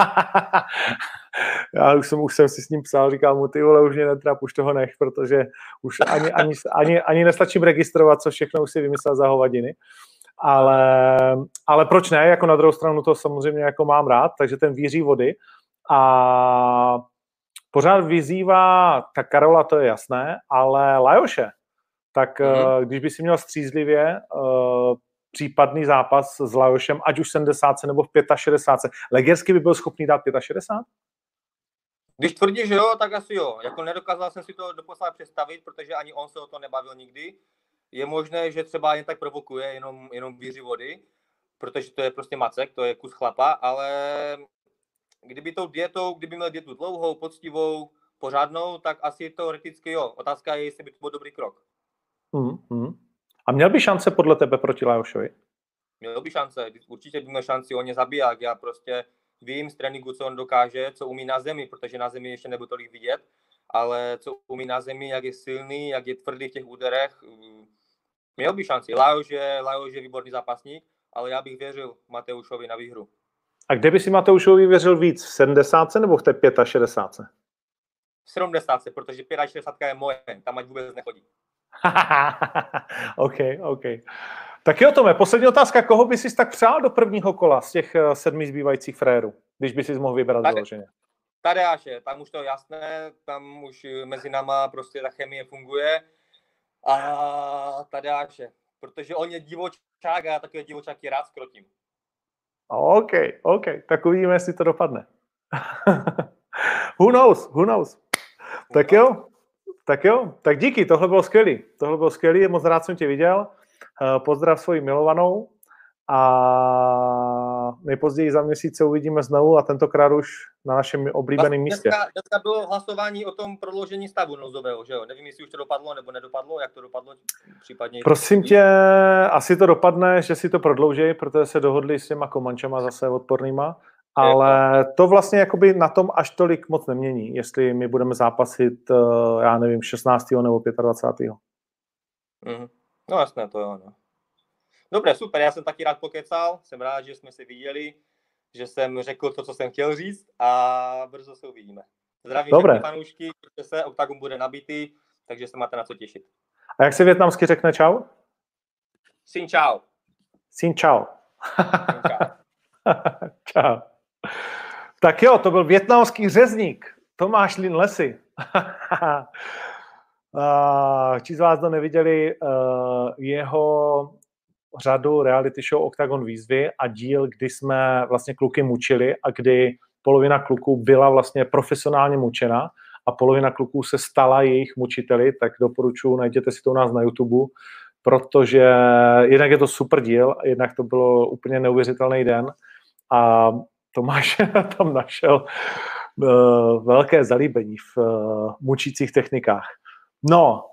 Já už jsem, už jsem si s ním psal, říkal mu, ty vole, už mě netrap, už toho nech, protože už ani, ani, ani, ani nestačím registrovat, co všechno už si vymyslel za hovadiny. Ale, ale proč ne, jako na druhou stranu to samozřejmě jako mám rád, takže ten víří vody a pořád vyzývá, tak Karola to je jasné, ale Lajoše, tak mm-hmm. když by si měl střízlivě uh, případný zápas s Lajošem, ať už v sedmdesátce nebo v šedesátce pět, Legersky by byl schopný dát šedesát pět? Když tvrdí, že jo, tak asi jo. Jako nedokázal jsem si to doposledně představit, protože ani on se o to nebavil nikdy. Je možné, že třeba jen tak provokuje, jenom, jenom víří vody, protože to je prostě macek, to je kus chlapa, ale kdyby tou dietou, kdyby měl dietu dlouhou, poctivou, pořádnou, tak asi teoreticky jo. Otázka je, jestli by to byl dobrý krok. Mm, mm. A měl by šance podle tebe proti Lajošovi? Měl by šance, určitě by měl šanci, on je zabiják, já prostě vím z tréninku, co on dokáže, co umí na zemi, protože na zemi ještě nebudu tolik vidět, ale co umí na zemi, jak je silný, jak je tvrdý v těch úderech, měl by šanci. Lajoš je, Lajoš je výborný zápasník, ale já bych věřil Mateušovi na výhru. A kde by si Mateušovi věřil víc? V sedmdesátce nebo v té šedesátce pět? V sedmdesátce, protože šedesát pět je moje, tam ať vůbec nechodí. OK, OK. Tak jo, Tome, poslední otázka. Koho by si tak přál do prvního kola z těch sedmi zbývajících frérů, když by si mohl vybrat vyloženě? Tadeáše, tam už to je jasné, tam už mezi náma prostě ta chemie funguje. A Tadeáše, protože on je divočák a já takové divočáky rád skrotím. OK, OK, tak uvidíme, jestli to dopadne. Who knows, who knows. Tak jo, tak jo, tak díky, tohle bylo skvělý. Tohle bylo skvělý, moc rád jsem tě viděl. Pozdrav svoji milovanou a nejpozději za měsíc se uvidíme znovu a tentokrát už na našem oblíbeném místě. Dneska, dneska bylo hlasování o tom prodloužení stavu nouzového, že jo? Nevím, jestli už to dopadlo nebo nedopadlo, jak to dopadlo případně. Prosím tě, asi to dopadne, že si to prodlouží, protože se dohodli s těma komančema zase odpornýma, ale to vlastně jakoby na tom až tolik moc nemění, jestli my budeme zápasit, já nevím, šestnáctého nebo dvacátého pátého Mm-hmm. No jasné, to jo, no. Dobré, super, já jsem taky rád pokecal, jsem rád, že jsme se viděli, že jsem řekl to, co jsem chtěl říct a brzo se uvidíme. Zdravím všechny fanoušky, že se Oktagon bude nabitý, takže se máte na co těšit. A jak se vietnamsky řekne čau? Xin čau. Xin čau. Čau. Tak jo, to byl vietnamský řezník, Tomáš Lin Lesy. Ti z vás, kdo neviděli uh, jeho řadu reality show Oktagon výzvy a díl, kdy jsme vlastně kluky mučili a kdy polovina kluků byla vlastně profesionálně mučena a polovina kluků se stala jejich mučiteli, tak doporučuji, najděte si to u nás na YouTube, protože jednak je to super díl, jednak to bylo úplně neuvěřitelný den a Tomáš tam našel uh, velké zalíbení v uh, mučících technikách. No,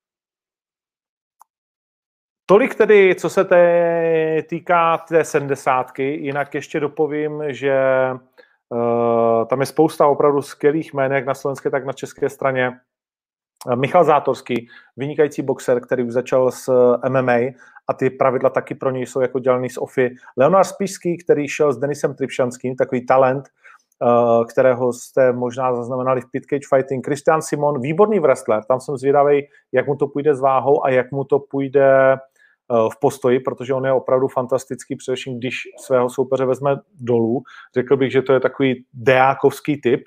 tolik tedy, co se té, týká té sedmdesátky, jinak ještě dopovím, že uh, tam je spousta opravdu skvělých jmén, jak na slovenské, tak na české straně. Michal Zátorský, vynikající boxer, který už začal s M M A a ty pravidla taky pro něj jsou jako dělaný z Ofy. Leonard Spišský, který šel s Denisem Tripšanským, takový talent, Uh, kterého jste možná zaznamenali v Pit Cage Fighting. Christian Simon, výborný wrestler, tam jsem zvědavý, jak mu to půjde s váhou a jak mu to půjde uh, v postoji, protože on je opravdu fantastický, především když svého soupeře vezme dolů. Řekl bych, že to je takový deákovský typ.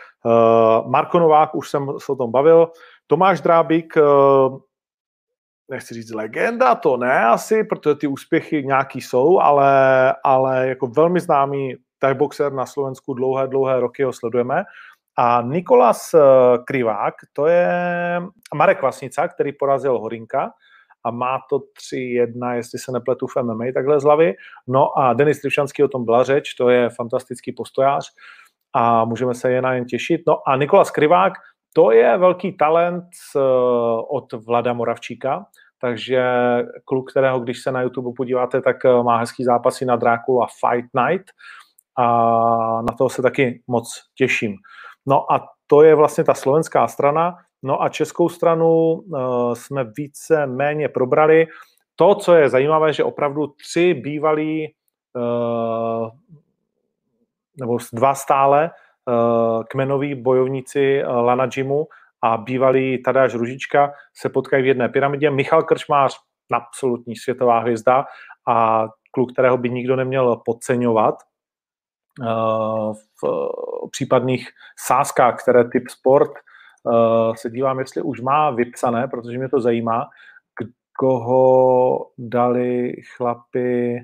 Uh, Marko Novák, už jsem se o tom bavil. Tomáš Drábík, uh, nechci říct legenda, to ne asi, protože ty úspěchy nějaký jsou, ale, ale jako velmi známý Thai boxer na Slovensku dlouhé, dlouhé roky ho sledujeme. A Nikolas Krivák, to je Marek Kvasnica, který porazil Horinka a má to tři jedna, jestli se nepletu v M M A takhle z hlavy. No a Denis Trivšanský, o tom byla řeč, to je fantastický postojář a můžeme se jen na jen těšit. No a Nikolas Krivák, to je velký talent od Vlada Moravčíka, takže kluk, kterého, když se na YouTube podíváte, tak má hezký zápasy na Dracula Fight Night a na toho se taky moc těším. No a to je vlastně ta slovenská strana. No a českou stranu uh, jsme více méně probrali. To, co je zajímavé, že opravdu tři bývalí uh, nebo dva stále uh, kmenoví bojovníci uh, Lana Jimu a bývalý Tadeáš Ružička se potkají v jedné pyramidě. Michal Krčmář, absolutní světová hvězda a kluk, kterého by nikdo neměl podceňovat v případných sázkách, které Typ Sport se dívám, jestli už má vypsané, protože mě to zajímá, koho dali chlapi,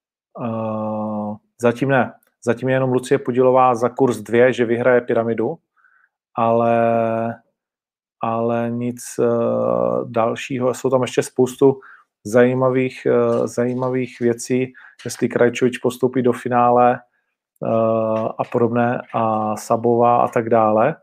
zatím ne, zatím je jenom Lucie Podilová za kurz dvě, že vyhraje pyramidu, ale, ale nic dalšího, jsou tam ještě spoustu zajímavých, zajímavých věcí, jestli Krajčovič postoupí do finále a podobné a Sabová a tak dále.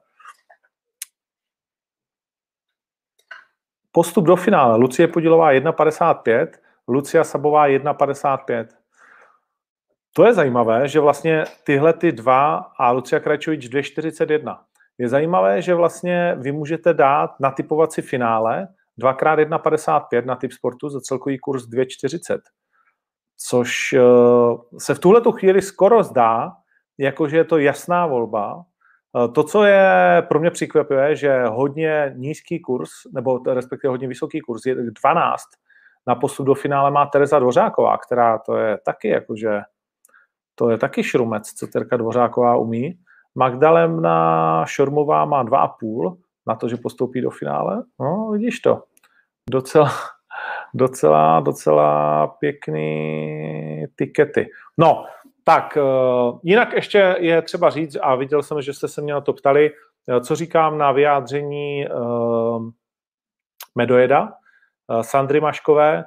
Postup do finále. Lucie Podilová jedna padesát pět, Lucia Sabová jedna padesát pět. To je zajímavé, že vlastně tyhle ty dva a Lucia Krajčovič dvě čtyřicet jedna. Je zajímavé, že vlastně vy můžete dát natypovat si finále dvakrát jedna padesát pět na Typ Sportu za celkový kurz dvě čtyřicet. Což se v tuhletu chvíli skoro zdá, jakože je to jasná volba. To, co je pro mě překvapivé, že hodně nízký kurz, nebo respektive hodně vysoký kurz, je dvanáct na postup do finále má Tereza Dvořáková, která to je taky jakože, to je taky šrumec, co Terka Dvořáková umí. Magdalena Šormová má dva a půl na to, že postoupí do finále. No, vidíš to. Docela... Docela, docela pěkný tikety. No, tak jinak ještě je třeba říct, a viděl jsem, že jste se mě na to ptali, co říkám na vyjádření uh, Medojeda, uh, Sandry Maškové.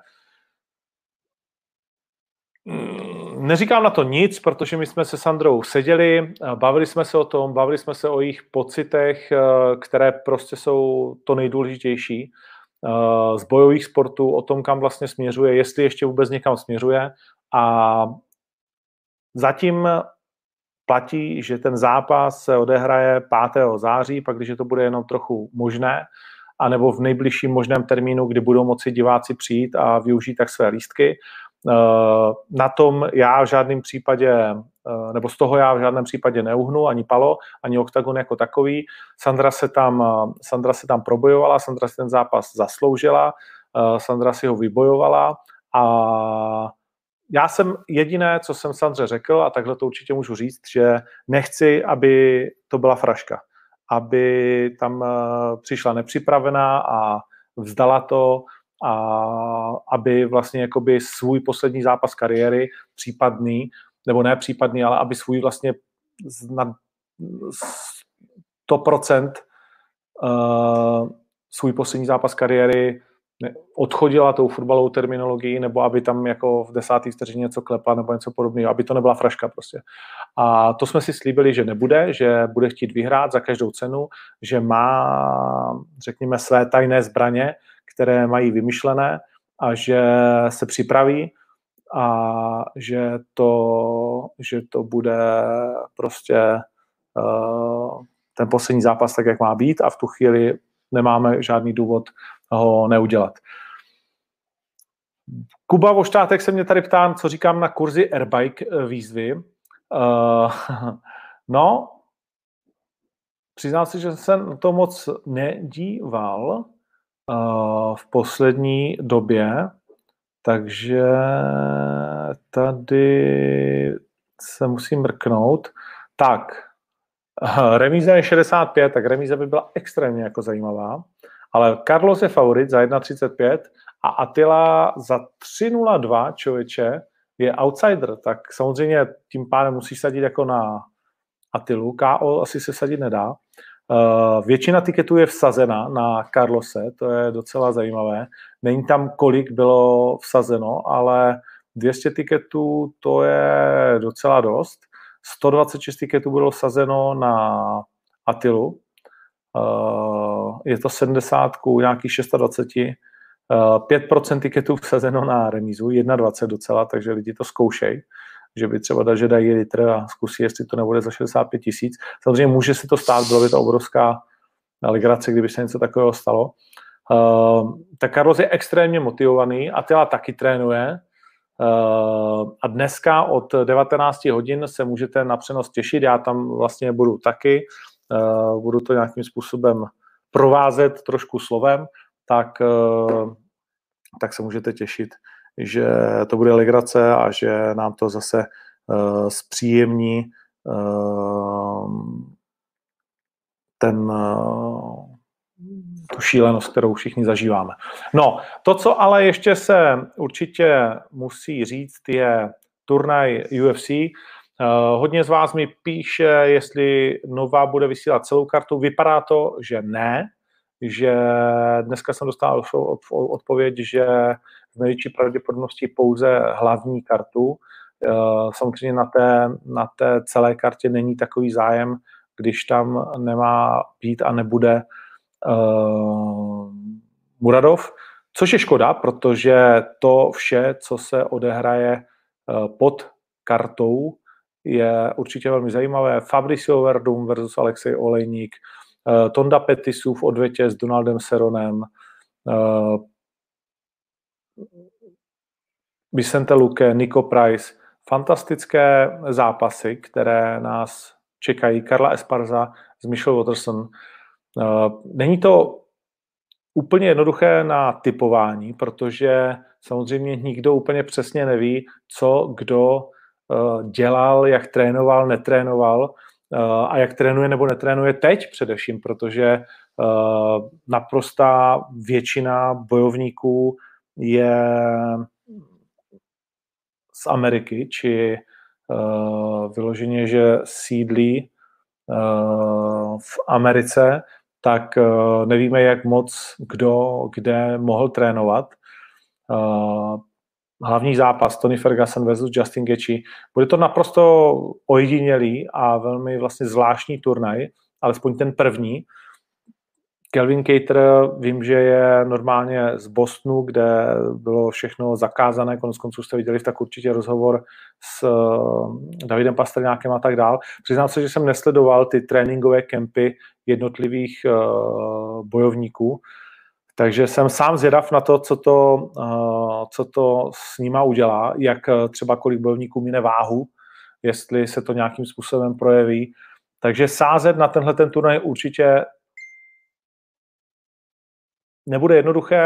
Neříkám na to nic, protože my jsme se Sandrou seděli, bavili jsme se o tom, bavili jsme se o jejich pocitech, které prostě jsou to nejdůležitější z bojových sportů, o tom, kam vlastně směřuje, jestli ještě vůbec někam směřuje. A zatím platí, že ten zápas se odehraje pátého září, pak když to bude jenom trochu možné, anebo v nejbližším možném termínu, kdy budou moci diváci přijít a využít tak své lístky. Na tom já v žádném případě, nebo z toho já v žádném případě neuhnu, ani Palo, ani Oktagon jako takový. Sandra se tam, Sandra se tam probojovala, Sandra si ten zápas zasloužila, Sandra si ho vybojovala a já jsem jediné, co jsem Sandře řekl, a takhle to určitě můžu říct, že nechci, aby to byla fraška, aby tam přišla nepřipravená a vzdala to, a aby vlastně jakoby svůj poslední zápas kariéry případný, nebo ne případný, ale aby svůj vlastně na sto procent uh, svůj poslední zápas kariéry odchodila tou fotbalovou terminologií, nebo aby tam jako v desátý vteřině něco klepla nebo něco podobného, aby to nebyla fraška prostě. A to jsme si slíbili, že nebude, že bude chtít vyhrát za každou cenu, že má, řekněme, své tajné zbraně, které mají vymyšlené a že se připraví a že to, že to bude prostě uh, ten poslední zápas tak, jak má být a v tu chvíli nemáme žádný důvod ho neudělat. Kuba Voštátek se mě tady ptá, co říkám na kurzy Airbike výzvy. Uh, no, přiznám si, že jsem na to moc nedíval uh, v poslední době, takže tady se musím mrknout. Tak, uh, remíza je šedesát pět, tak remíza by byla extrémně jako zajímavá. Ale Carlos je favorit za jedna třicet pět a Attila za tři nula dva, člověče, je outsider, tak samozřejmě tím pádem musí sadit jako na Attilu. K O asi se sadit nedá. Uh, většina tiketů je vsazena na Carlose, to je docela zajímavé. Není tam, kolik bylo vsazeno, ale dvě stě tiketů to je docela dost. sto dvacet šest tiketů bylo vsazeno na Attilu. Uh, je to sedmdesát, nějakých dvacet šest. Uh, pět procent tiketů vsazeno na remízu, dvacet jedna docela, takže lidi to zkoušejí, že by třeba dali, že dají litr a zkusí, jestli to nebude za šedesát pět tisíc. Samozřejmě může se to stát, byla by to obrovská legrace, kdyby se něco takového stalo. Uh, tak Carlos je extrémně motivovaný, Attila taky trénuje uh, a dneska od devatenáct hodin se můžete na přenos těšit, já tam vlastně budu taky, uh, budu to nějakým způsobem provázet trošku slovem, tak, uh, tak se můžete těšit, že to bude legrace a že nám to zase uh, zpříjemní uh, ten, uh, tu šílenost, kterou všichni zažíváme. No, to, co ale ještě se určitě musí říct, je turnaj U F C. Uh, hodně z vás mi píše, jestli Nova bude vysílat celou kartu. Vypadá to, že ne, že dneska jsem dostal odpověď, že z největší pravděpodobností pouze hlavní kartu. Samozřejmě na té, na té celé kartě není takový zájem, když tam nemá být a nebude uh, Muradov, což je škoda, protože to vše, co se odehraje uh, pod kartou, je určitě velmi zajímavé. Fabricio Werdum versus Alexej Olejník, uh, Tonda Pettisův v odvětě s Donaldem Cerronem, uh, Vicente Luque, Nico Price, fantastické zápasy, které nás čekají. Karla Esparza s Michelle Watterson. Není to úplně jednoduché na typování, protože samozřejmě nikdo úplně přesně neví, co kdo dělal, jak trénoval, netrénoval a jak trénuje nebo netrénuje teď především, protože naprostá většina bojovníků je z Ameriky, či uh, vyloženě, že sídlí uh, v Americe, tak uh, nevíme, jak moc kdo kde mohl trénovat. Uh, hlavní zápas Tony Ferguson versus Justin Gaethje. Bude to naprosto ojedinělý a velmi vlastně zvláštní turnaj, alespoň ten první. Kelvin Kattar, vím, že je normálně z Bostonu, kde bylo všechno zakázané, konec konců jste viděli tak určitě rozhovor s Davidem Pastrňákem a tak dál. Přiznám se, že jsem nesledoval ty tréninkové kempy jednotlivých uh, bojovníků, takže jsem sám zvědav na to, co to, uh, co to s nima udělá, jak třeba kolik bojovníků mine váhu, jestli se to nějakým způsobem projeví. Takže sázet na tenhle ten turnaj určitě nebude jednoduché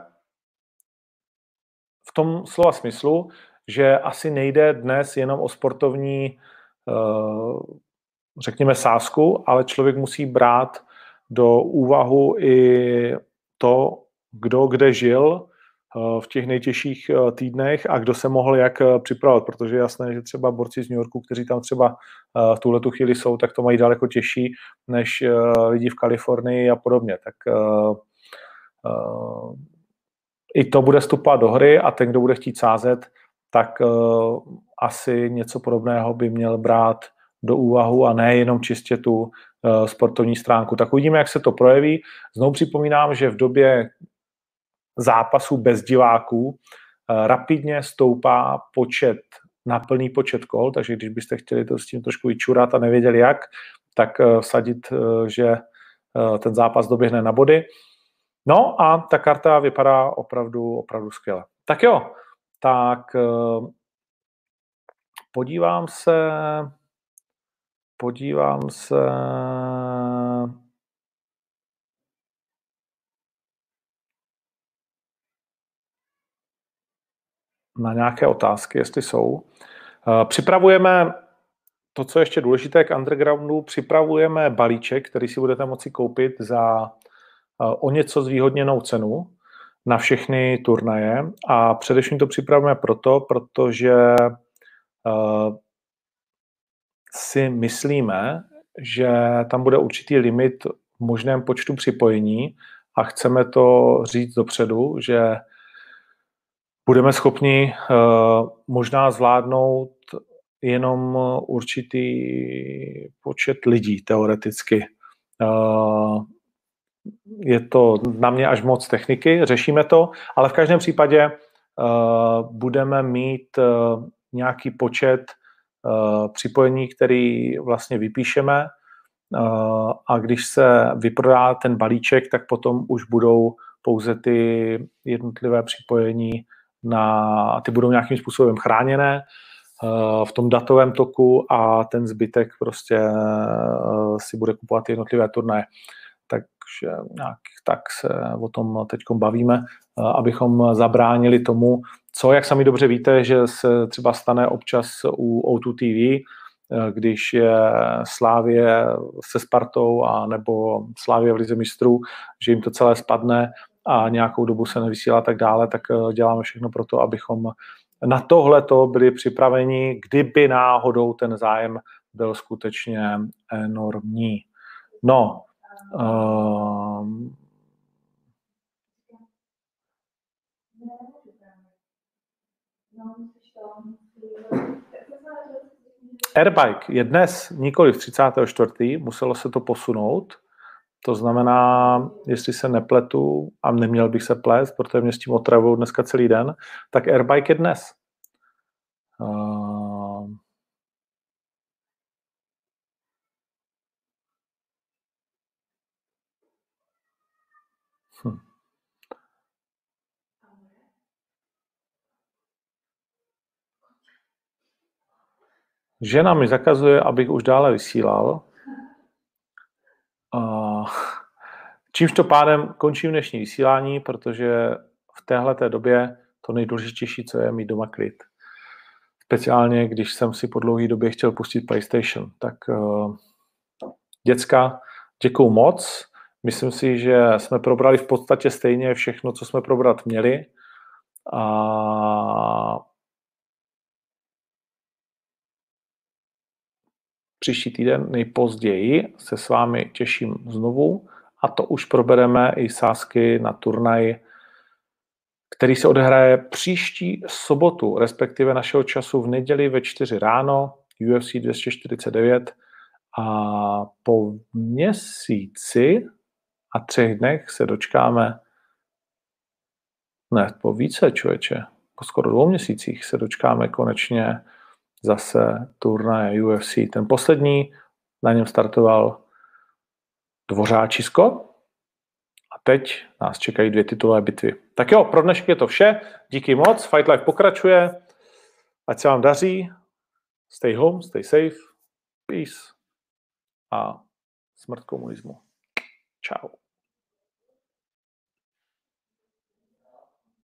v tom slova smyslu, že asi nejde dnes jenom o sportovní, řekněme, sázku, ale člověk musí brát do úvahu i to, kdo kde žil v těch nejtěžších týdnech a kdo se mohl jak připravovat, protože je jasné, že třeba borci z New Yorku, kteří tam třeba v tuhletu chvíli jsou, tak to mají daleko těžší než lidi v Kalifornii a podobně. Tak Uh, i to bude vstupovat do hry a ten, kdo bude chtít sázet, tak uh, asi něco podobného by měl brát do úvahu a ne jenom čistě tu uh, sportovní stránku. Tak uvidíme, jak se to projeví. Znovu připomínám, že v době zápasů bez diváků uh, rapidně stoupá počet, na plný počet kol, takže když byste chtěli to s tím trošku vyčurat a nevěděli jak, tak uh, vsadit, uh, že uh, ten zápas doběhne na body. No a ta karta vypadá opravdu, opravdu skvěle. Tak jo, tak podívám se, podívám se na nějaké otázky, jestli jsou. Připravujeme to, co je ještě důležité k undergroundu, připravujeme balíček, který si budete moci koupit za o něco zvýhodněnou cenu. na všechny turnaje a především to připravujeme proto, protože uh, si myslíme, že tam bude určitý limit v možném počtu připojení a chceme to říct dopředu, že budeme schopni uh, možná zvládnout jenom určitý počet lidí teoreticky. Uh, je to na mě až moc techniky, řešíme to, ale v každém případě uh, budeme mít uh, nějaký počet uh, připojení, který vlastně vypíšeme uh, a když se vyprodá ten balíček, tak potom už budou pouze ty jednotlivé připojení na, ty budou nějakým způsobem chráněné uh, v tom datovém toku a ten zbytek prostě uh, si bude kupovat jednotlivé turnaje. Takže nějak tak se o tom teď bavíme, abychom zabránili tomu, co, jak sami dobře víte, že se třeba stane občas u O dva T V, když je Slavie se Spartou a nebo Slavie v Lize mistrů, že jim to celé spadne a nějakou dobu se nevysílá a tak dále, tak děláme všechno pro to, abychom na tohleto byli připraveni, kdyby náhodou ten zájem byl skutečně enormní. No, Um, Airbike je dnes nikoli v třicátého čtvrtého muselo se to posunout, to znamená, jestli se nepletu a neměl bych se plést, protože mě s tím otravují dneska celý den, tak Airbike je dnes. Um, Hm. Žena mi zakazuje, abych už dále vysílal. Čímž to pádem končím dnešní vysílání, protože v téhleté době to nejdůležitější, co je, mít doma klid. Speciálně, když jsem si po dlouhé době chtěl pustit PlayStation. Tak uh, děcka, děkuju moc. Myslím si, že jsme probrali v podstatě stejně všechno, co jsme probrat měli. A příští týden nejpozději se s vámi těším znovu a to už probereme i sázky na turnaj, který se odehraje příští sobotu, respektive našeho času v neděli ve čtyři ráno, U F C dvě stě čtyřicet devět a po měsíci a třech dnech se dočkáme, ne, po více, člověče, po skoro dvou měsících se dočkáme konečně zase turnaje U F C. Ten poslední, na něm startoval Dvořáčisko a teď nás čekají dvě titulové bitvy. Tak jo, pro dnešek je to vše. Díky moc, Fight Life pokračuje. Ať se vám daří. Stay home, stay safe. Peace. A smrt komunismu. Čau.